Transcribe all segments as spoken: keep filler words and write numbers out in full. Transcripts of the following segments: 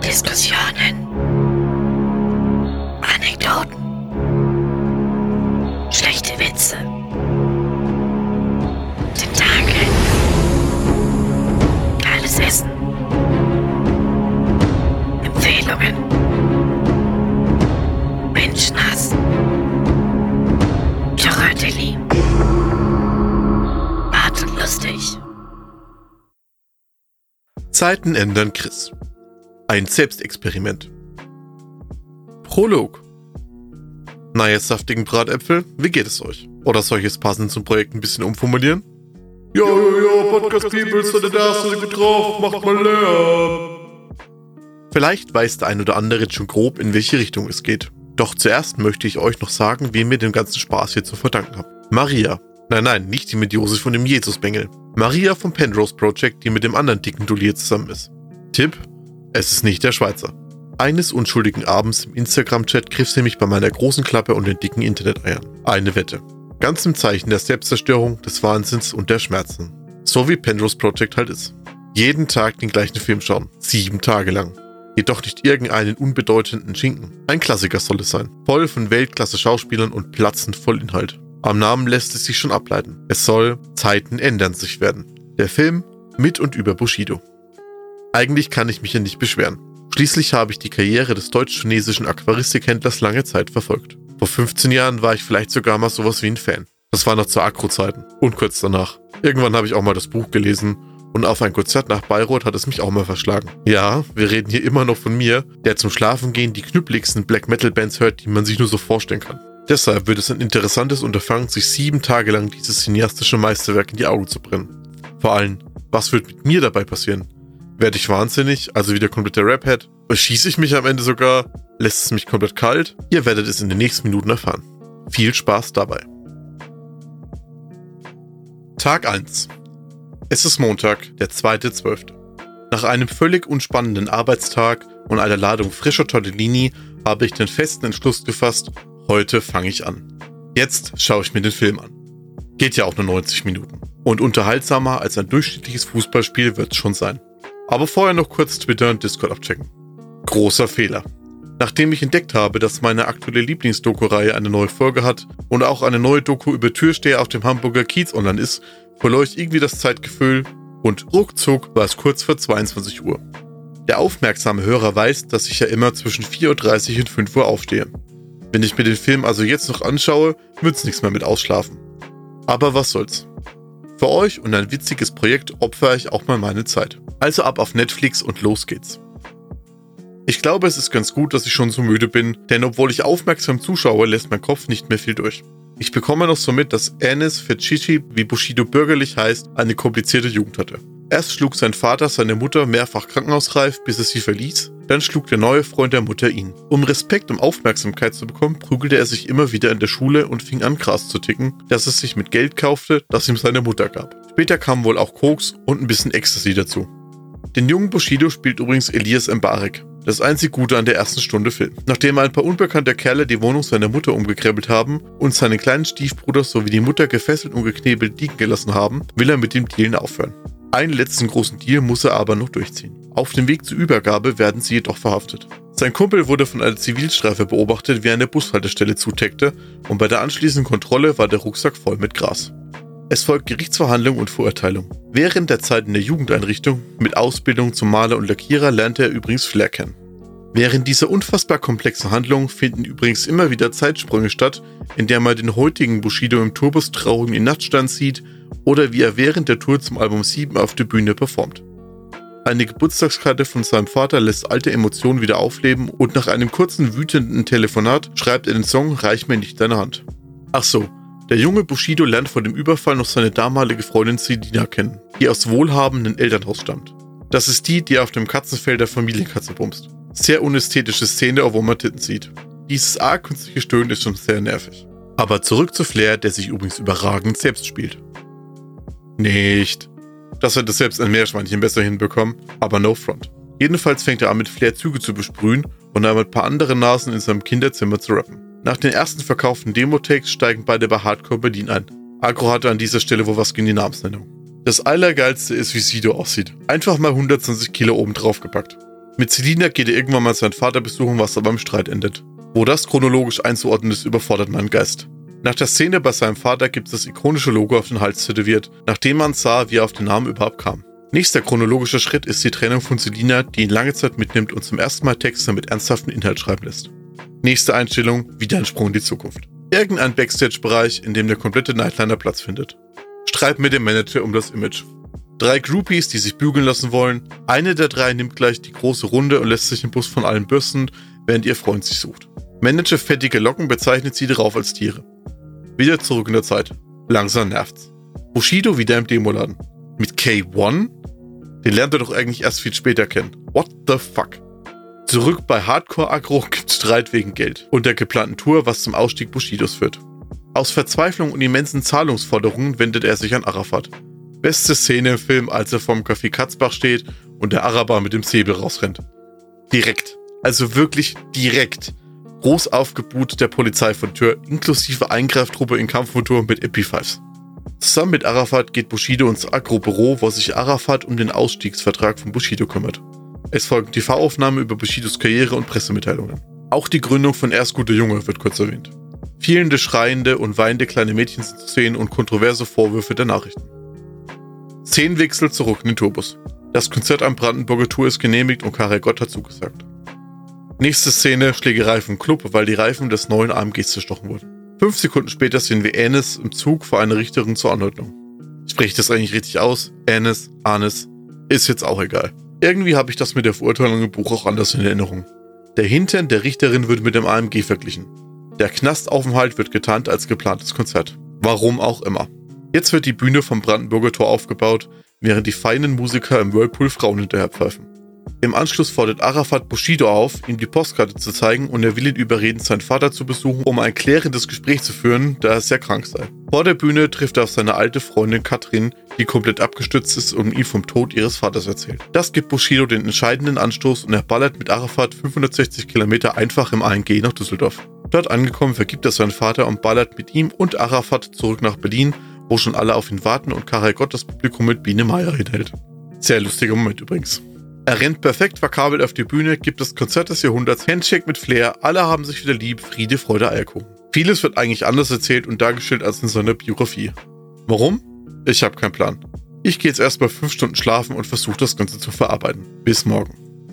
Diskussionen, Anekdoten, schlechte Witze, Tentakel, geiles Essen, Empfehlungen, Menschenhass, Choratelli, Hart und lustig. Zeiten ändern Chris. Ein Selbstexperiment. Prolog. Na, ihr saftigen Bratäpfel, wie geht es euch? Oder soll ich es passend zum Projekt ein bisschen umformulieren? Jo, jo, jo, Podcast People, seid da, seid gut drauf, macht mal Lärm. Vielleicht weiß der ein oder andere jetzt schon grob, in welche Richtung es geht. Doch zuerst möchte ich euch noch sagen, wem ihr den ganzen Spaß hier zu verdanken habt. Maria. Nein, nein, nicht die mit Josef und dem Jesusbengel. Maria vom Penrose Project, die mit dem anderen dicken Dulli zusammen ist. Tipp: Es ist nicht der Schweizer. Eines unschuldigen Abends im Instagram-Chat griff sie mich bei meiner großen Klappe und den dicken Internet-Eiern. Eine Wette. Ganz im Zeichen der Selbstzerstörung, des Wahnsinns und der Schmerzen. So wie Penrose Project halt ist. Jeden Tag den gleichen Film schauen. Sieben Tage lang. Jedoch nicht irgendeinen unbedeutenden Schinken. Ein Klassiker soll es sein. Voll von Weltklasse-Schauspielern und platzend voll Inhalt. Am Namen lässt es sich schon ableiten. Es soll Zeiten ändern sich werden. Der Film mit und über Bushido. Eigentlich kann ich mich ja nicht beschweren. Schließlich habe ich die Karriere des deutsch-chinesischen Aquaristikhändlers lange Zeit verfolgt. Vor fünfzehn Jahren war ich vielleicht sogar mal sowas wie ein Fan. Das war noch zu Akro-Zeiten. Und kurz danach. Irgendwann habe ich auch mal das Buch gelesen und auf ein Konzert nach Bayreuth hat es mich auch mal verschlagen. Ja, wir reden hier immer noch von mir, der zum Schlafengehen die knüppeligsten Black-Metal-Bands hört, die man sich nur so vorstellen kann. Deshalb wird es ein interessantes Unterfangen, sich sieben Tage lang dieses cineastische Meisterwerk in die Augen zu brennen. Vor allem, was wird mit mir dabei passieren? Werde ich wahnsinnig, also wieder komplett der Rap-Head? Schieße ich mich am Ende sogar? Lässt es mich komplett kalt? Ihr werdet es in den nächsten Minuten erfahren. Viel Spaß dabei. Tag eins. Es ist Montag, der zweite zwölfte Nach einem völlig unspannenden Arbeitstag und einer Ladung frischer Tortellini habe ich den festen Entschluss gefasst, heute fange ich an. Jetzt schaue ich mir den Film an. Geht ja auch nur neunzig Minuten. Und unterhaltsamer als ein durchschnittliches Fußballspiel wird es schon sein. Aber vorher noch kurz Twitter und Discord abchecken. Großer Fehler. Nachdem ich entdeckt habe, dass meine aktuelle Lieblingsdoku-Reihe eine neue Folge hat und auch eine neue Doku über Türsteher auf dem Hamburger Kiez online ist, verlor ich irgendwie das Zeitgefühl und ruckzuck war es kurz vor zweiundzwanzig Uhr. Der aufmerksame Hörer weiß, dass ich ja immer zwischen vier Uhr dreißig und fünf Uhr aufstehe. Wenn ich mir den Film also jetzt noch anschaue, wird's nichts mehr mit Ausschlafen. Aber was soll's. Für euch und ein witziges Projekt opfere ich auch mal meine Zeit. Also ab auf Netflix und los geht's. Ich glaube, es ist ganz gut, dass ich schon so müde bin, denn obwohl ich aufmerksam zuschaue, lässt mein Kopf nicht mehr viel durch. Ich bekomme noch so mit, dass Enes Fetchichi, wie Bushido bürgerlich heißt, eine komplizierte Jugend hatte. Erst schlug sein Vater seine Mutter mehrfach krankenhausreif, bis er sie verließ, dann schlug der neue Freund der Mutter ihn. Um Respekt und Aufmerksamkeit zu bekommen, prügelte er sich immer wieder in der Schule und fing an Gras zu ticken, das es sich mit Geld kaufte, das ihm seine Mutter gab. Später kam wohl auch Koks und ein bisschen Ecstasy dazu. Den jungen Bushido spielt übrigens Elias Mbarek. Das einzig Gute an der ersten Stunde Film. Nachdem ein paar unbekannte Kerle die Wohnung seiner Mutter umgekrempelt haben und seinen kleinen Stiefbruder sowie die Mutter gefesselt und geknebelt liegen gelassen haben, will er mit dem Dealen aufhören. Einen letzten großen Deal muss er aber noch durchziehen. Auf dem Weg zur Übergabe werden sie jedoch verhaftet. Sein Kumpel wurde von einer Zivilstreife beobachtet, wie er eine Bushaltestelle zuteckte, und bei der anschließenden Kontrolle war der Rucksack voll mit Gras. Es folgt Gerichtsverhandlung und Verurteilung. Während der Zeit in der Jugendeinrichtung mit Ausbildung zum Maler und Lackierer lernte er übrigens Flair kennen. Während dieser unfassbar komplexen Handlungen finden übrigens immer wieder Zeitsprünge statt, in der man den heutigen Bushido im Tourbus traurig im Nachtstand sieht oder wie er während der Tour zum Album sieben auf der Bühne performt. Eine Geburtstagskarte von seinem Vater lässt alte Emotionen wieder aufleben und nach einem kurzen wütenden Telefonat schreibt er den Song Reich mir nicht deine Hand. Ach so. Der junge Bushido lernt vor dem Überfall noch seine damalige Freundin Selina kennen, die aus wohlhabenden Elternhaus stammt. Das ist die, die auf dem Katzenfell der Familienkatze bumst. Sehr unästhetische Szene, obwohl man Titten sieht. Dieses arg künstliche Stöhnen ist schon sehr nervig. Aber zurück zu Flair, der sich übrigens überragend selbst spielt. Nicht. Das hätte selbst ein Meerschweinchen besser hinbekommen, aber no front. Jedenfalls fängt er an, mit Flair Züge zu besprühen und dann mit ein paar anderen Nasen in seinem Kinderzimmer zu rappen. Nach den ersten verkauften Demo-Takes steigen beide bei Hardcore Berlin ein. Agro hatte an dieser Stelle wohl was gegen die Namensnennung. Das Allergeilste ist, wie Sido aussieht. Einfach mal hundertzwanzig Kilo oben drauf gepackt. Mit Selina geht er irgendwann mal seinen Vater besuchen, was aber im Streit endet. Wo das chronologisch einzuordnen ist, überfordert meinen Geist. Nach der Szene bei seinem Vater gibt es das ikonische Logo auf den Hals tätowiert, nachdem man sah, wie er auf den Namen überhaupt kam. Nächster chronologischer Schritt ist die Trennung von Selina, die ihn lange Zeit mitnimmt und zum ersten Mal Texte mit ernsthaftem Inhalt schreiben lässt. Nächste Einstellung, wieder ein Sprung in die Zukunft. Irgendein Backstage-Bereich, in dem der komplette Nightliner Platz findet. Streit mit dem Manager um das Image. Drei Groupies, die sich bügeln lassen wollen. Eine der drei nimmt gleich die große Runde und lässt sich im Bus von allen bürsten, während ihr Freund sich sucht. Manager Fettige Locken bezeichnet sie darauf als Tiere. Wieder zurück in der Zeit. Langsam nervt's. Bushido wieder im Demoladen. Mit K eins? Den lernt er doch eigentlich erst viel später kennen. What the fuck? Zurück bei Hardcore Agro gibt's Streit wegen Geld und der geplanten Tour, was zum Ausstieg Bushidos führt. Aus Verzweiflung und immensen Zahlungsforderungen wendet er sich an Arafat. Beste Szene im Film, als er vorm Café Katzbach steht und der Araber mit dem Säbel rausrennt. Direkt. Also wirklich direkt. Groß aufgebuht der Polizei von Tür, inklusive Eingreiftruppe in Kampfmontur mit Epi Fives. Zusammen mit Arafat geht Bushido ins Agro-Büro, wo sich Arafat um den Ausstiegsvertrag von Bushido kümmert. Es folgen T V-Aufnahmen über Bushidos Karriere und Pressemitteilungen. Auch die Gründung von Erst Guter Junge wird kurz erwähnt. Fehlende, schreiende und weinende kleine Mädchen sind zu sehen und kontroverse Vorwürfe der Nachrichten. Szenenwechsel zurück in den Tourbus. Das Konzert am Brandenburger Tor ist genehmigt und Karel Gott hat zugesagt. Nächste Szene, Schlägerei vom Club, weil die Reifen des neuen A M Gs zerstochen wurden. Fünf Sekunden später sehen wir Enes im Zug vor einer Richterin zur Anordnung. Spreche ich das eigentlich richtig aus? Enes, Anes, ist jetzt auch egal. Irgendwie habe ich das mit der Verurteilung im Buch auch anders in Erinnerung. Der Hintern der Richterin wird mit dem A M G verglichen. Der Knastaufenthalt wird getarnt als geplantes Konzert. Warum auch immer. Jetzt wird die Bühne vom Brandenburger Tor aufgebaut, während die feinen Musiker im Whirlpool Frauen hinterherpfeifen. Im Anschluss fordert Arafat Bushido auf, ihm die Postkarte zu zeigen und er will ihn überreden, seinen Vater zu besuchen, um ein klärendes Gespräch zu führen, da er sehr krank sei. Vor der Bühne trifft er auf seine alte Freundin Katrin, die komplett abgestürzt ist und ihm vom Tod ihres Vaters erzählt. Das gibt Bushido den entscheidenden Anstoß und er ballert mit Arafat fünfhundertsechzig Kilometer einfach im A M G nach Düsseldorf. Dort angekommen vergibt er seinen Vater und ballert mit ihm und Arafat zurück nach Berlin, wo schon alle auf ihn warten und Karel Gott das Publikum mit Biene Meier hinhält. Sehr lustiger Moment übrigens. Er rennt perfekt verkabelt auf die Bühne, gibt das Konzert des Jahrhunderts, Handshake mit Flair, alle haben sich wieder lieb, Friede, Freude, Eierkuchen. Vieles wird eigentlich anders erzählt und dargestellt als in seiner Biografie. Warum? Ich habe keinen Plan. Ich gehe jetzt erstmal fünf Stunden schlafen und versuche das Ganze zu verarbeiten. Bis morgen.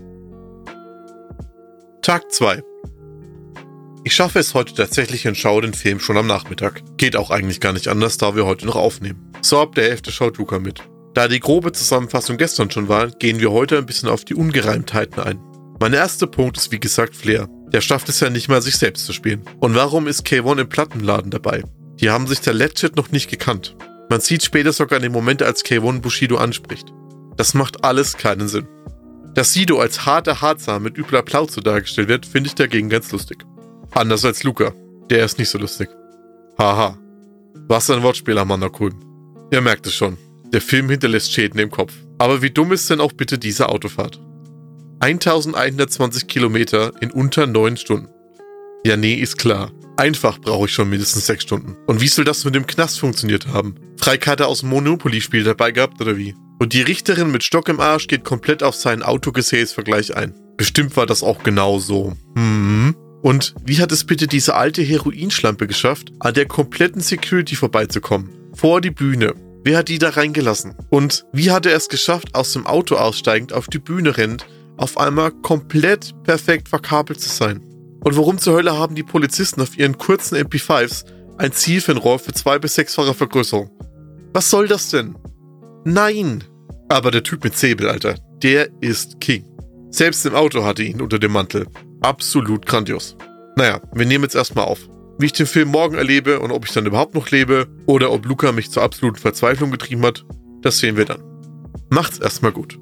Tag zwei. Ich schaffe es heute tatsächlich und schaue den Film schon am Nachmittag. Geht auch eigentlich gar nicht anders, da wir heute noch aufnehmen. So ab der Hälfte schaut Luca mit. Da die grobe Zusammenfassung gestern schon war, gehen wir heute ein bisschen auf die Ungereimtheiten ein. Mein erster Punkt ist wie gesagt Flair. Der schafft es ja nicht mal, sich selbst zu spielen. Und warum ist K eins im Plattenladen dabei? Die haben sich da legit noch nicht gekannt. Man sieht später sogar den Moment, als K eins Bushido anspricht. Das macht alles keinen Sinn. Dass Sido als harter Harzer mit übler Plauze dargestellt wird, finde ich dagegen ganz lustig. Anders als Luca. Der ist nicht so lustig. Haha. Was ein Wortspiel am Mannerkuhn. Ihr merkt es schon. Der Film hinterlässt Schäden im Kopf. Aber wie dumm ist denn auch bitte diese Autofahrt? elfhundertzwanzig Kilometer in unter neun Stunden. Ja, nee, ist klar. Einfach brauche ich schon mindestens sechs Stunden. Und wie soll das mit dem Knast funktioniert haben? Freikarte aus dem Monopoly-Spiel dabei gehabt oder wie? Und die Richterin mit Stock im Arsch geht komplett auf seinen Autogesäßvergleich ein. Bestimmt war das auch genau so. Hm. Und wie hat es bitte diese alte Heroinschlampe geschafft, an der kompletten Security vorbeizukommen? Vor die Bühne. Wer hat die da reingelassen? Und wie hat er es geschafft, aus dem Auto aussteigend auf die Bühne rennt, auf einmal komplett perfekt verkabelt zu sein? Und warum zur Hölle haben die Polizisten auf ihren kurzen M P fünfs ein Zielfernrohr für zwei- bis sechsfache Vergrößerung? Was soll das denn? Nein! Aber der Typ mit Säbel, Alter, der ist King. Selbst im Auto hatte ihn unter dem Mantel. Absolut grandios. Naja, wir nehmen jetzt erstmal auf. Wie ich den Film morgen erlebe und ob ich dann überhaupt noch lebe oder ob Luca mich zur absoluten Verzweiflung getrieben hat, das sehen wir dann. Macht's erstmal gut.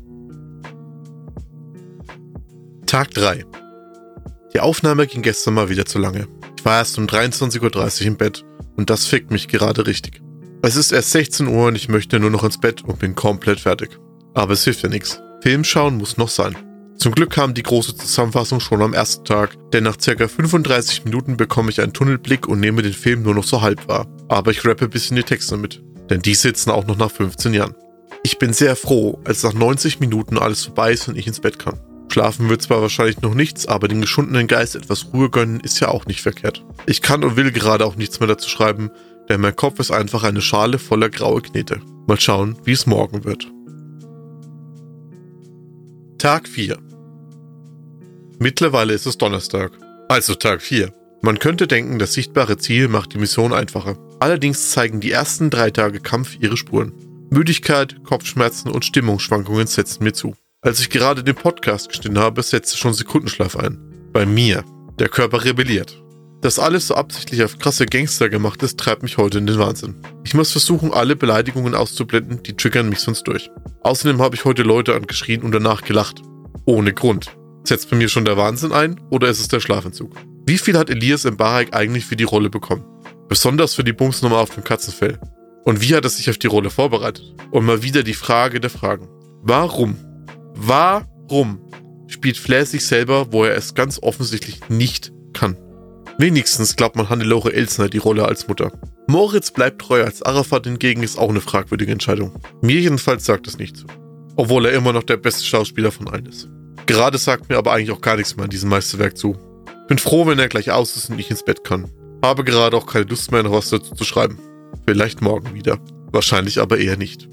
Tag drei. Die Aufnahme ging gestern mal wieder zu lange. Ich war erst um dreiundzwanzig Uhr dreißig im Bett und das fickt mich gerade richtig. Es ist erst sechzehn Uhr und ich möchte nur noch ins Bett und bin komplett fertig. Aber es hilft ja nichts. Film schauen muss noch sein. Zum Glück kam die große Zusammenfassung schon am ersten Tag, denn nach ca. fünfunddreißig Minuten bekomme ich einen Tunnelblick und nehme den Film nur noch so halb wahr. Aber ich rappe ein bisschen die Texte mit, denn die sitzen auch noch nach fünfzehn Jahren. Ich bin sehr froh, als nach neunzig Minuten alles vorbei ist und ich ins Bett kann. Schlafen wird zwar wahrscheinlich noch nichts, aber den geschundenen Geist etwas Ruhe gönnen ist ja auch nicht verkehrt. Ich kann und will gerade auch nichts mehr dazu schreiben, denn mein Kopf ist einfach eine Schale voller graue Knete. Mal schauen, wie es morgen wird. Tag vier. Mittlerweile ist es Donnerstag, also Tag vier. Man könnte denken, das sichtbare Ziel macht die Mission einfacher. Allerdings zeigen die ersten drei Tage Kampf ihre Spuren. Müdigkeit, Kopfschmerzen und Stimmungsschwankungen setzen mir zu. Als ich gerade den Podcast geschnitten habe, setzte schon Sekundenschlaf ein. Bei mir. Der Körper rebelliert. Dass alles so absichtlich auf krasse Gangster gemacht ist, treibt mich heute in den Wahnsinn. Ich muss versuchen, alle Beleidigungen auszublenden, die triggern mich sonst durch. Außerdem habe ich heute Leute angeschrien und danach gelacht. Ohne Grund. Setzt bei mir schon der Wahnsinn ein oder ist es der Schlafentzug? Wie viel hat Elias Mbarek eigentlich für die Rolle bekommen? Besonders für die Bumsnummer auf dem Katzenfell. Und wie hat er sich auf die Rolle vorbereitet? Und mal wieder die Frage der Fragen. Warum? Warum spielt Flair sich selber, wo er es ganz offensichtlich nicht kann? Wenigstens glaubt man Hannelore Elsner die Rolle als Mutter. Moritz bleibt treu als Arafat hingegen ist auch eine fragwürdige Entscheidung. Mir jedenfalls sagt es nicht so. Obwohl er immer noch der beste Schauspieler von allen ist. Gerade sagt mir aber eigentlich auch gar nichts mehr an diesem Meisterwerk zu. Bin froh, wenn er gleich aus ist und ich ins Bett kann. Habe gerade auch keine Lust mehr, noch was dazu zu schreiben. Vielleicht morgen wieder. Wahrscheinlich aber eher nicht.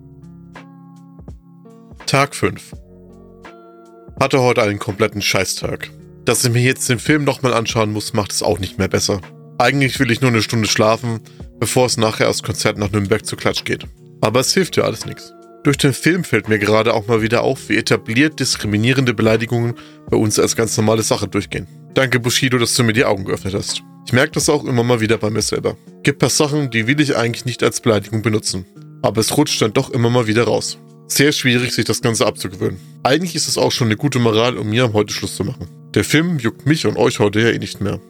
Tag fünf. Hatte heute einen kompletten Scheißtag. Dass ich mir jetzt den Film nochmal anschauen muss, macht es auch nicht mehr besser. Eigentlich will ich nur eine Stunde schlafen, bevor es nachher aus Konzert nach Nürnberg zu Klatsch geht. Aber es hilft ja alles nichts. Durch den Film fällt mir gerade auch mal wieder auf, wie etabliert diskriminierende Beleidigungen bei uns als ganz normale Sache durchgehen. Danke Bushido, dass du mir die Augen geöffnet hast. Ich merke das auch immer mal wieder bei mir selber. Gibt paar Sachen, die will ich eigentlich nicht als Beleidigung benutzen. Aber es rutscht dann doch immer mal wieder raus. Sehr schwierig, sich das Ganze abzugewöhnen. Eigentlich ist es auch schon eine gute Moral, um mir am heute Schluss zu machen. Der Film juckt mich und euch heute ja eh nicht mehr.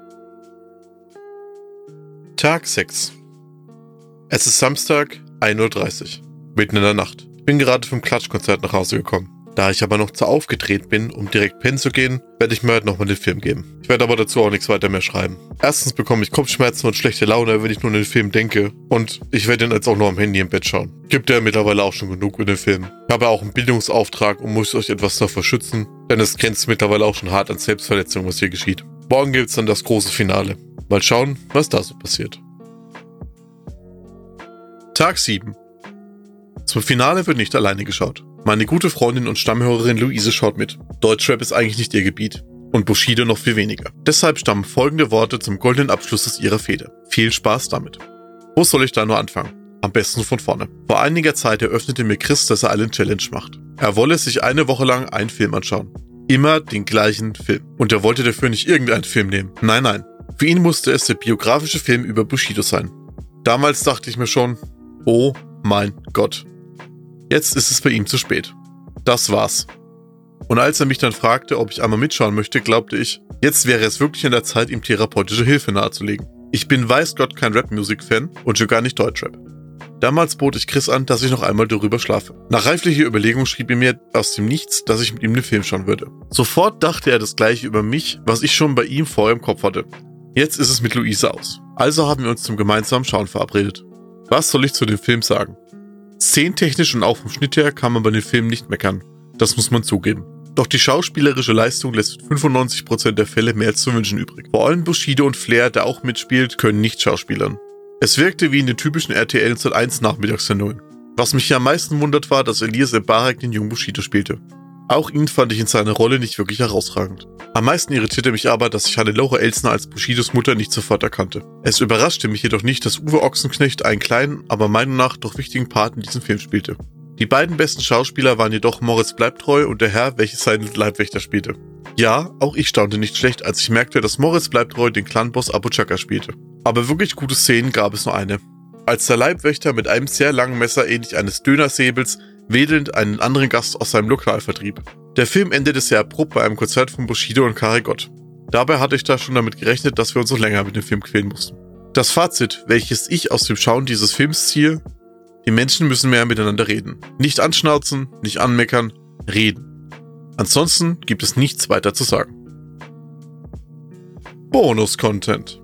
Tag sechs. Es ist Samstag, ein Uhr dreißig. Mitten in der Nacht. Ich bin gerade vom Klatschkonzert nach Hause gekommen. Da ich aber noch zu aufgedreht bin, um direkt pennen zu gehen, werde ich mir heute nochmal den Film geben. Ich werde aber dazu auch nichts weiter mehr schreiben. Erstens bekomme ich Kopfschmerzen und schlechte Laune, wenn ich nur an den Film denke. Und ich werde ihn jetzt auch nur am Handy im Bett schauen. Gibt ja mittlerweile auch schon genug in den Film. Ich habe auch einen Bildungsauftrag und muss euch etwas davor schützen, denn es grenzt mittlerweile auch schon hart an Selbstverletzung, was hier geschieht. Morgen gibt es dann das große Finale. Mal schauen, was da so passiert. Tag sieben. Zum Finale wird nicht alleine geschaut. Meine gute Freundin und Stammhörerin Luise schaut mit. Deutschrap ist eigentlich nicht ihr Gebiet. Und Bushido noch viel weniger. Deshalb stammen folgende Worte zum goldenen Abschluss aus ihrer Fehde. Viel Spaß damit. Wo soll ich da nur anfangen? Am besten von vorne. Vor einiger Zeit eröffnete mir Chris, dass er einen Challenge macht. Er wolle sich eine Woche lang einen Film anschauen. Immer den gleichen Film. Und er wollte dafür nicht irgendeinen Film nehmen. Nein, nein. Für ihn musste es der biografische Film über Bushido sein. Damals dachte ich mir schon, oh mein Gott. Jetzt ist es bei ihm zu spät. Das war's. Und als er mich dann fragte, ob ich einmal mitschauen möchte, glaubte ich, jetzt wäre es wirklich an der Zeit, ihm therapeutische Hilfe nahezulegen. Ich bin weiß Gott kein Rap-Music-Fan und schon gar nicht Deutschrap. Damals bot ich Chris an, dass ich noch einmal darüber schlafe. Nach reiflicher Überlegung schrieb er mir aus dem Nichts, dass ich mit ihm den Film schauen würde. Sofort dachte er das gleiche über mich, was ich schon bei ihm vorher im Kopf hatte. Jetzt ist es mit Luise aus. Also haben wir uns zum gemeinsamen Schauen verabredet. Was soll ich zu dem Film sagen? Szenentechnisch und auch vom Schnitt her kann man bei dem Film nicht meckern. Das muss man zugeben. Doch die schauspielerische Leistung lässt in fünfundneunzig Prozent der Fälle mehr als zu wünschen übrig. Vor allem Bushido und Flair, der auch mitspielt, können nicht schauspielern. Es wirkte wie in den typischen R T L und Z eins Nachmittagssendungen. Was mich hier am meisten wundert war, dass Elias Mbarek den jungen Bushido spielte. Auch ihn fand ich in seiner Rolle nicht wirklich herausragend. Am meisten irritierte mich aber, dass ich Hannelore Elsner als Bushidos Mutter nicht sofort erkannte. Es überraschte mich jedoch nicht, dass Uwe Ochsenknecht einen kleinen, aber meiner Meinung nach doch wichtigen Part in diesem Film spielte. Die beiden besten Schauspieler waren jedoch Moritz Bleibtreu und der Herr, welcher seinen Leibwächter spielte. Ja, auch ich staunte nicht schlecht, als ich merkte, dass Moritz Bleibtreu den Clanboss Abu Chaka spielte. Aber wirklich gute Szenen gab es nur eine. Als der Leibwächter mit einem sehr langen Messer ähnlich eines Dönersäbels wedelnd einen anderen Gast aus seinem Lokal vertrieb. Der Film endete sehr abrupt bei einem Konzert von Bushido und Karigott. Dabei hatte ich da schon damit gerechnet, dass wir uns noch länger mit dem Film quälen mussten. Das Fazit, welches ich aus dem Schauen dieses Films ziehe: Die Menschen müssen mehr miteinander reden. Nicht anschnauzen, nicht anmeckern, reden. Ansonsten gibt es nichts weiter zu sagen. Bonus-Content.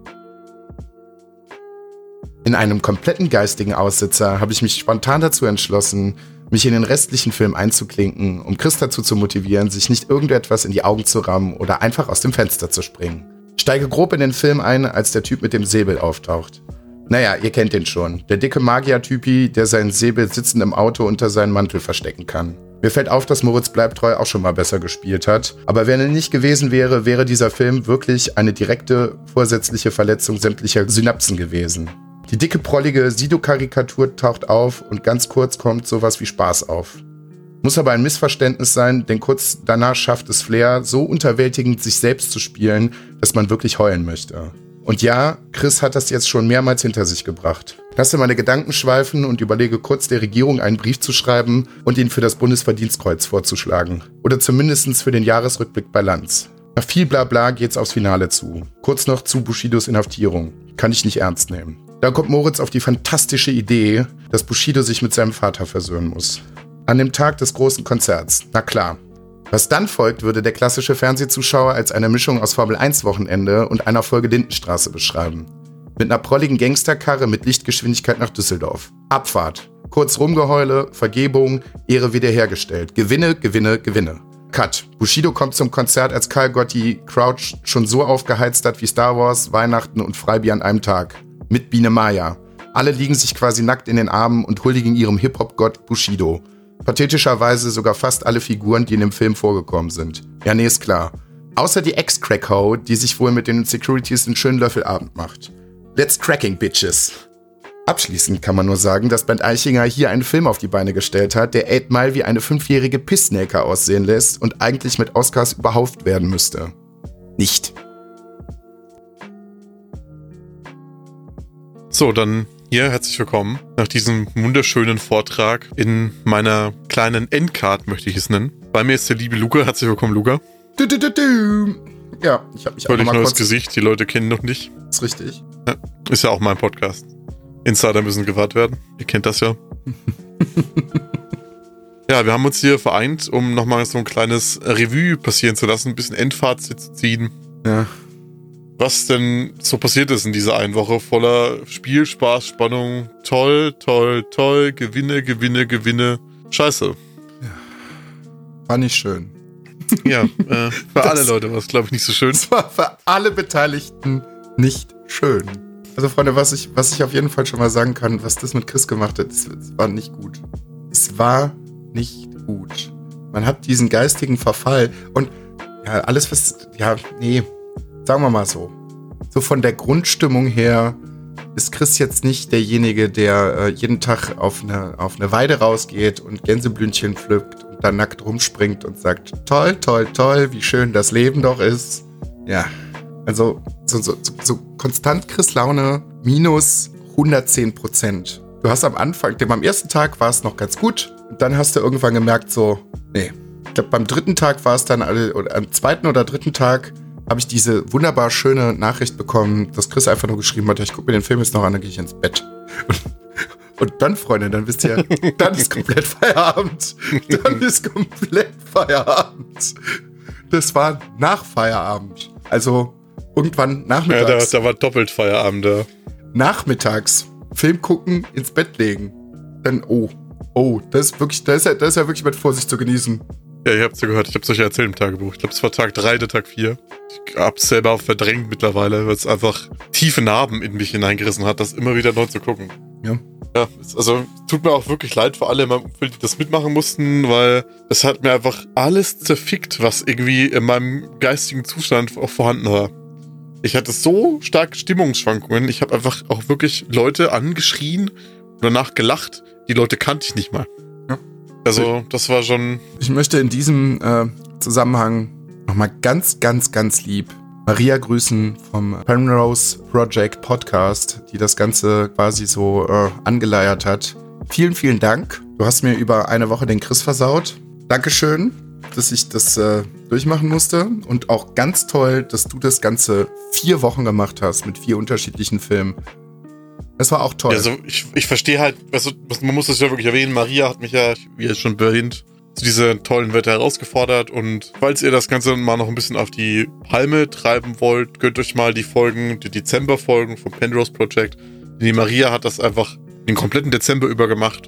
In einem kompletten geistigen Aussitzer habe ich mich spontan dazu entschlossen, mich in den restlichen Film einzuklinken, um Chris dazu zu motivieren, sich nicht irgendetwas in die Augen zu rammen oder einfach aus dem Fenster zu springen. Ich steige grob in den Film ein, als der Typ mit dem Säbel auftaucht. Naja, ihr kennt den schon. Der dicke Magier-Typi, der seinen Säbel sitzend im Auto unter seinen Mantel verstecken kann. Mir fällt auf, dass Moritz Bleibtreu auch schon mal besser gespielt hat. Aber wenn er nicht gewesen wäre, wäre dieser Film wirklich eine direkte, vorsätzliche Verletzung sämtlicher Synapsen gewesen. Die dicke, prollige Sido-Karikatur taucht auf und ganz kurz kommt sowas wie Spaß auf. Muss aber ein Missverständnis sein, denn kurz danach schafft es Flair, so unterwältigend sich selbst zu spielen, dass man wirklich heulen möchte. Und ja, Chris hat das jetzt schon mehrmals hinter sich gebracht. Lasse meine Gedanken schweifen und überlege kurz, der Regierung einen Brief zu schreiben und ihn für das Bundesverdienstkreuz vorzuschlagen. Oder zumindest für den Jahresrückblick bei Lanz. Nach viel Blabla geht's aufs Finale zu. Kurz noch zu Bushidos Inhaftierung. Kann ich nicht ernst nehmen. Da kommt Moritz auf die fantastische Idee, dass Bushido sich mit seinem Vater versöhnen muss. An dem Tag des großen Konzerts. Na klar. Was dann folgt, würde der klassische Fernsehzuschauer als eine Mischung aus Formel eins Wochenende und einer Folge Lindenstraße beschreiben. Mit einer prolligen Gangsterkarre mit Lichtgeschwindigkeit nach Düsseldorf. Abfahrt. Kurz Rumgeheule, Vergebung, Ehre wiederhergestellt. Gewinne, Gewinne, Gewinne. Cut. Bushido kommt zum Konzert, als Karl Gotti Crouch schon so aufgeheizt hat wie Star Wars, Weihnachten und Freibier an einem Tag. Mit Biene Maya. Alle liegen sich quasi nackt in den Armen und huldigen ihrem Hip-Hop-Gott Bushido. Pathetischerweise sogar fast alle Figuren, die in dem Film vorgekommen sind. Ja, nee, ist klar. Außer die Ex-Crackho, die sich wohl mit den Securities einen schönen Löffelabend macht. Let's cracking, bitches. Abschließend kann man nur sagen, dass Bernd Eichinger hier einen Film auf die Beine gestellt hat, der Eight Mile wie eine fünfjährige Pissnäker aussehen lässt und eigentlich mit Oscars überhaupt werden müsste. Nicht. So, dann hier herzlich willkommen nach diesem wunderschönen Vortrag in meiner kleinen Endcard, möchte ich es nennen. Bei mir ist der liebe Luca. Herzlich willkommen, Luca. Du, du, du, du. Ja, ich habe mich Völlig auch mal neues kurz... Gesicht, die Leute kennen noch nicht. Ist richtig. Ja, ist ja auch mein Podcast. Insider müssen gewahrt werden. Ihr kennt das ja. Ja, wir haben uns hier vereint, um nochmal so ein kleines Revue passieren zu lassen, ein bisschen Endfazit zu ziehen. Ja. Was denn so passiert ist in dieser einen Woche voller Spiel, Spaß, Spannung. Toll, toll, toll. Gewinne, Gewinne, Gewinne. Scheiße. Ja. War nicht schön. Ja, äh, für das, alle Leute war es, glaube ich, nicht so schön. Es war für alle Beteiligten nicht schön. Also, Freunde, was ich, was ich auf jeden Fall schon mal sagen kann, was das mit Chris gemacht hat, es war nicht gut. Es war nicht gut. Man hat diesen geistigen Verfall und ja, alles, was, ja, nee, sagen wir mal so. So von der Grundstimmung her ist Chris jetzt nicht derjenige, der äh, jeden Tag auf eine, auf eine Weide rausgeht und Gänseblümchen pflückt und dann nackt rumspringt und sagt, toll, toll, toll, wie schön das Leben doch ist. Ja, also so, so, so, so konstant Chris Laune minus hundertzehn Prozent. Du hast am Anfang, dem am ersten Tag war es noch ganz gut und dann hast du irgendwann gemerkt so, nee. Ich glaube, beim dritten Tag war es dann, alle, oder am zweiten oder dritten Tag habe ich diese wunderbar schöne Nachricht bekommen, dass Chris einfach nur geschrieben hat, ich gucke mir den Film jetzt noch an, dann gehe ich ins Bett. Und, und dann, Freunde, dann wisst ihr, dann ist komplett Feierabend. Dann ist komplett Feierabend. Das war nach Feierabend. Also irgendwann nachmittags. Ja, da, da war doppelt Feierabend da. Nachmittags Film gucken, ins Bett legen. Dann, oh, oh, das ist wirklich, das ist ja, das ist ja wirklich mit Vorsicht zu genießen. Ja, ihr habt's ja gehört, ich hab's euch ja erzählt im Tagebuch. Ich glaube, es war Tag drei, der Tag vier. Ich hab's selber auch verdrängt mittlerweile, weil es einfach tiefe Narben in mich hineingerissen hat, das immer wieder neu zu gucken. Ja. Ja, es, also tut mir auch wirklich leid für alle in meinem Umfeld, die das mitmachen mussten, weil es hat mir einfach alles zerfickt, was irgendwie in meinem geistigen Zustand auch vorhanden war. Ich hatte so starke Stimmungsschwankungen, ich habe einfach auch wirklich Leute angeschrien und danach gelacht. Die Leute kannte ich nicht mal. Ja. Also, das war schon... Ich möchte in diesem äh, Zusammenhang nochmal ganz, ganz, ganz lieb Maria grüßen vom Penrose Project Podcast, die das Ganze quasi so äh, angeleiert hat. Vielen, vielen Dank. Du hast mir über eine Woche den Chris versaut. Dankeschön, dass ich das äh, durchmachen musste. Und auch ganz toll, dass du das Ganze vier Wochen gemacht hast mit vier unterschiedlichen Filmen. Das war auch toll. Also ich, ich verstehe halt, also, man muss das ja wirklich erwähnen, Maria hat mich ja, wie ihr schon erwähnt, zu dieser tollen Wette herausgefordert, und falls ihr das Ganze mal noch ein bisschen auf die Palme treiben wollt, gönnt euch mal die Folgen, die Dezember-Folgen vom Penrose Project. Die Maria hat das einfach den kompletten Dezember über gemacht.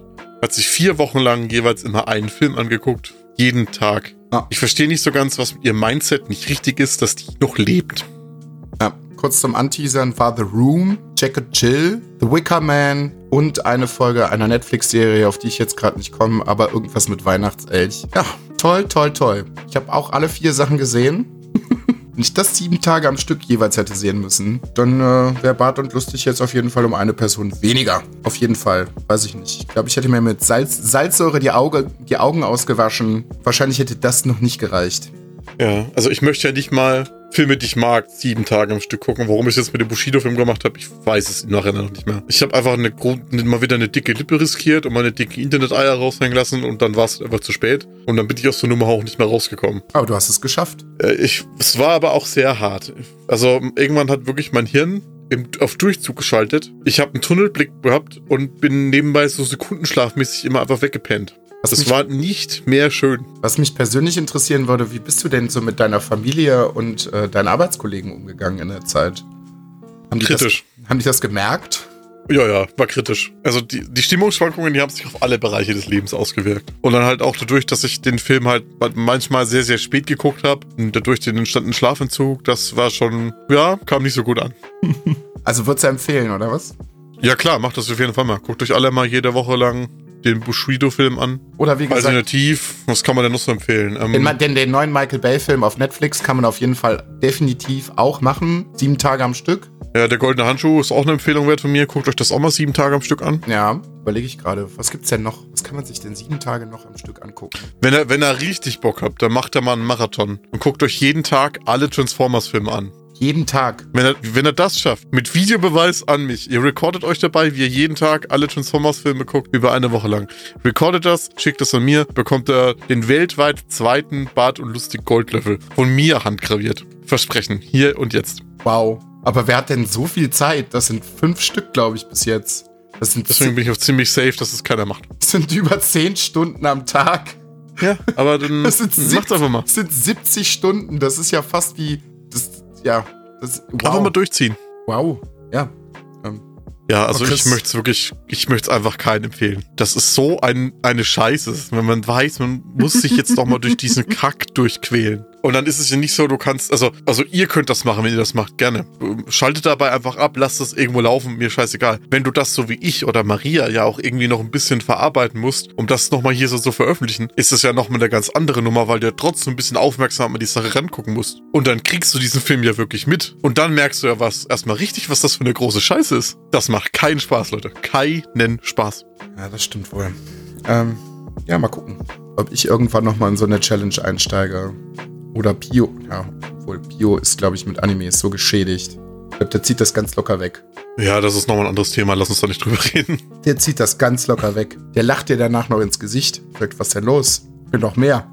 hat sich vier Wochen lang jeweils immer einen Film angeguckt. Jeden Tag. Ah. Ich verstehe nicht so ganz, was mit ihrem Mindset nicht richtig ist, dass die noch lebt. Ja, kurz zum Anteasern war The Room, Jack and Jill, The Wicker Man und eine Folge einer Netflix-Serie, auf die ich jetzt gerade nicht komme, aber irgendwas mit Weihnachtselch. Ja, toll, toll, toll. Ich habe auch alle vier Sachen gesehen. Wenn ich das sieben Tage am Stück jeweils hätte sehen müssen, dann äh, wäre Bart und Lustig jetzt auf jeden Fall um eine Person weniger. Auf jeden Fall. Weiß ich nicht. Ich glaube, ich hätte mir mit Salz, Salzsäure die, Auge, die Augen ausgewaschen. Wahrscheinlich hätte das noch nicht gereicht. Ja, also ich möchte ja nicht mal Filme, die ich mag, sieben Tage am Stück gucken. Warum ich das mit dem Bushido-Film gemacht habe, ich weiß es nachher noch nicht mehr. Ich habe einfach eine, mal wieder eine dicke Lippe riskiert und meine dicke Internet-Eier raushängen lassen und dann war es einfach zu spät. Und dann bin ich aus der Nummer auch nicht mehr rausgekommen. Aber du hast es geschafft. Äh, ich, es war aber auch sehr hart. Also irgendwann hat wirklich mein Hirn im, auf Durchzug geschaltet. Ich habe einen Tunnelblick gehabt und bin nebenbei so sekundenschlafmäßig immer einfach weggepennt. Das mich, war nicht mehr schön. Was mich persönlich interessieren würde, wie bist du denn so mit deiner Familie und äh, deinen Arbeitskollegen umgegangen in der Zeit? Haben die kritisch. Das, haben die das gemerkt? Ja, ja, war kritisch. Also die, die Stimmungsschwankungen, die haben sich auf alle Bereiche des Lebens ausgewirkt. Und dann halt auch dadurch, dass ich den Film halt manchmal sehr, sehr spät geguckt habe und dadurch den entstandenen Schlafentzug, das war schon, ja, kam nicht so gut an. Also würdest du empfehlen, oder was? Ja klar, macht das auf jeden Fall mal. Guckt euch alle mal jede Woche lang den Bushido-Film an. Oder wie gesagt... Alternativ, was kann man denn noch so empfehlen? Ähm, den, den, den neuen Michael Bay-Film auf Netflix kann man auf jeden Fall definitiv auch machen. Sieben Tage am Stück. Ja, der Goldene Handschuh ist auch eine Empfehlung wert von mir. Guckt euch das auch mal sieben Tage am Stück an. Ja, überlege ich gerade. Was gibt's denn noch? Was kann man sich denn sieben Tage noch am Stück angucken? Wenn er, wenn er richtig Bock habt, dann macht er mal einen Marathon und guckt euch jeden Tag alle Transformers-Filme an. Jeden Tag. Wenn er, wenn er das schafft, mit Videobeweis an mich, ihr recordet euch dabei, wie ihr jeden Tag alle Transformers-Filme guckt, über eine Woche lang. Recordet das, schickt das an mir, bekommt er den weltweit zweiten Bart und Lustig Goldlöffel. Von mir handgraviert. Versprechen. Hier und jetzt. Wow. Aber wer hat denn so viel Zeit? Das sind fünf Stück, glaube ich, bis jetzt. Das sind Deswegen bin ich auch ziemlich safe, dass es keiner macht. Das sind über zehn Stunden am Tag. Ja, aber dann das sind macht's einfach mal. Das sind siebzig Stunden. Das ist ja fast wie... Das, ja, das, wow. Einfach mal durchziehen. Wow, ja. Ähm, ja, also okay. ich möchte es wirklich, ich möchte es einfach keinen empfehlen. Das ist so ein, eine Scheiße, wenn man weiß, man muss sich jetzt doch mal durch diesen Kack durchquälen. Und dann ist es ja nicht so, du kannst, also, also ihr könnt das machen, wenn ihr das macht, gerne. Schaltet dabei einfach ab, lasst es irgendwo laufen, mir scheißegal. Wenn du das so wie ich oder Maria ja auch irgendwie noch ein bisschen verarbeiten musst, um das nochmal hier so zu veröffentlichen, ist das ja nochmal eine ganz andere Nummer, weil du ja trotzdem ein bisschen aufmerksam an die Sache rangucken musst. Und dann kriegst du diesen Film ja wirklich mit. Und dann merkst du ja was, erstmal richtig, was das für eine große Scheiße ist. Das macht keinen Spaß, Leute. Keinen Spaß. Ja, das stimmt wohl. Ähm, ja, mal gucken, ob ich irgendwann nochmal in so eine Challenge einsteige. Oder Bio. Ja, obwohl Bio ist, glaube ich, mit Animes so geschädigt. Ich glaube, der zieht das ganz locker weg. Ja, das ist nochmal ein anderes Thema. Lass uns da nicht drüber reden. Der zieht das ganz locker weg. Der lacht dir danach noch ins Gesicht. Sagt, was ist denn los? Ich will noch mehr.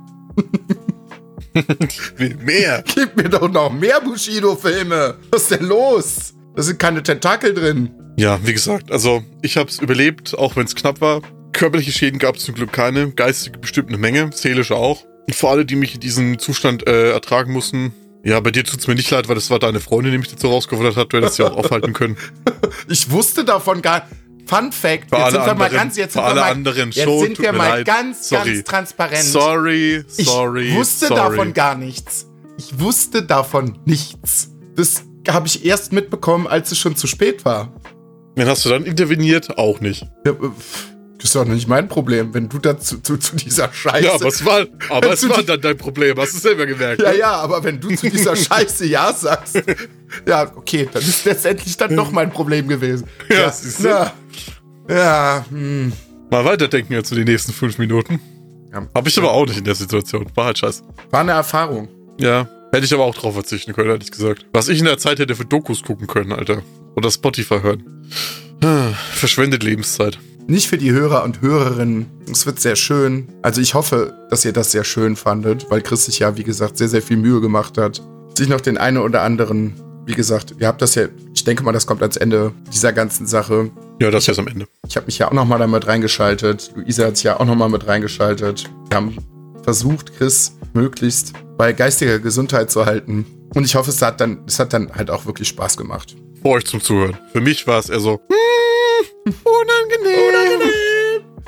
Ich will mehr. Gib mir doch noch mehr Bushido-Filme. Was ist denn los? Da sind keine Tentakel drin. Ja, wie gesagt, also ich habe es überlebt, auch wenn es knapp war. Körperliche Schäden gab es zum Glück keine. Geistige bestimmt eine Menge. Seelische auch. Und für alle, die mich in diesem Zustand äh, ertragen mussten, ja, bei dir tut's mir nicht leid, weil das war deine Freundin, die mich dazu rausgefordert hat, du hättest sie auch aufhalten können. Ich wusste davon gar nicht. Fun Fact, bei jetzt sind wir anderen, mal ganz, jetzt sind wir mal, anderen jetzt schon, sind wir mal leid. ganz, sorry. ganz transparent. Sorry, sorry, Ich wusste sorry. davon gar nichts. Ich wusste davon nichts. Das habe ich erst mitbekommen, als es schon zu spät war. Wen hast du dann interveniert? Auch nicht. Ja, das ist doch nicht mein Problem, wenn du dazu zu, zu dieser Scheiße... Ja, aber es war, aber es war dann dein Problem, hast du selber gemerkt. Ja, ne? ja, aber wenn du zu dieser Scheiße Ja sagst, ja, okay, dann ist letztendlich dann doch mein Problem gewesen. Ja, Ja, siehst du? ja, ja hm. Mal weiterdenken jetzt in die nächsten fünf Minuten. Ja. Hab ich aber auch nicht in der Situation. War halt scheiße. War eine Erfahrung. Ja, hätte ich aber auch drauf verzichten können, hätte ich gesagt. Was ich in der Zeit hätte für Dokus gucken können, Alter. Oder Spotify hören. Verschwendet Lebenszeit. Nicht für die Hörer und Hörerinnen. Es wird sehr schön. Also ich hoffe, dass ihr das sehr schön fandet, weil Chris sich ja, wie gesagt, sehr, sehr viel Mühe gemacht hat. Sich noch den einen oder anderen, wie gesagt, ihr habt das ja, ich denke mal, das kommt ans Ende dieser ganzen Sache. Ja, das ist am Ende. Ich habe mich ja auch nochmal damit reingeschaltet. Luisa hat sich ja auch nochmal mit reingeschaltet. Wir haben versucht, Chris möglichst bei geistiger Gesundheit zu halten. Und ich hoffe, es hat dann, es hat dann halt auch wirklich Spaß gemacht. Für euch zum Zuhören. Für mich war es eher so, mm, unangenehm. Jo.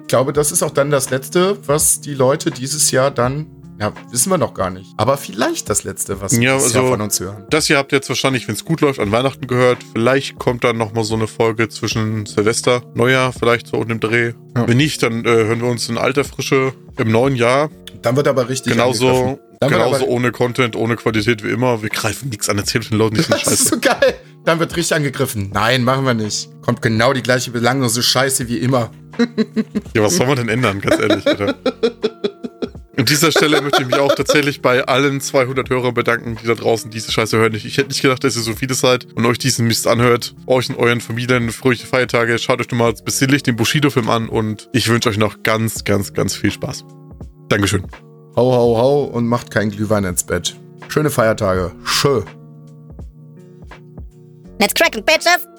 Ich glaube, das ist auch dann das Letzte, was die Leute dieses Jahr dann, ja, wissen wir noch gar nicht. Aber vielleicht das Letzte, was sie Ja, dieses also, Jahr von uns hören. Das hier habt ihr jetzt wahrscheinlich, wenn es gut läuft, an Weihnachten gehört. Vielleicht kommt dann nochmal so eine Folge zwischen Silvester, Neujahr, vielleicht so und dem Dreh. Ja. Wenn nicht, dann äh, hören wir uns in alter Frische im neuen Jahr. Dann wird aber richtig Genauso, angegriffen. Dann wird genauso aber- ohne Content, ohne Qualität wie immer. Wir greifen nichts an, erzählen den Leuten nicht so eine Das ist Scheiße. so geil. Dann wird richtig angegriffen. Nein, machen wir nicht. Kommt genau die gleiche belanglose Scheiße wie immer. Ja, was soll man denn ändern, ganz ehrlich, Alter. An dieser Stelle möchte ich mich auch tatsächlich bei allen zweihundert Hörern bedanken, die da draußen diese Scheiße hören. Ich, ich hätte nicht gedacht, dass ihr so viele seid und euch diesen Mist anhört. Euch und euren Familien fröhliche Feiertage. Schaut euch nochmal besinnlich den Bushido-Film an und ich wünsche euch noch ganz, ganz, ganz viel Spaß. Dankeschön. Hau, hau, hau und macht keinen Glühwein ins Bett. Schöne Feiertage. Schö. Let's crack it, bitches!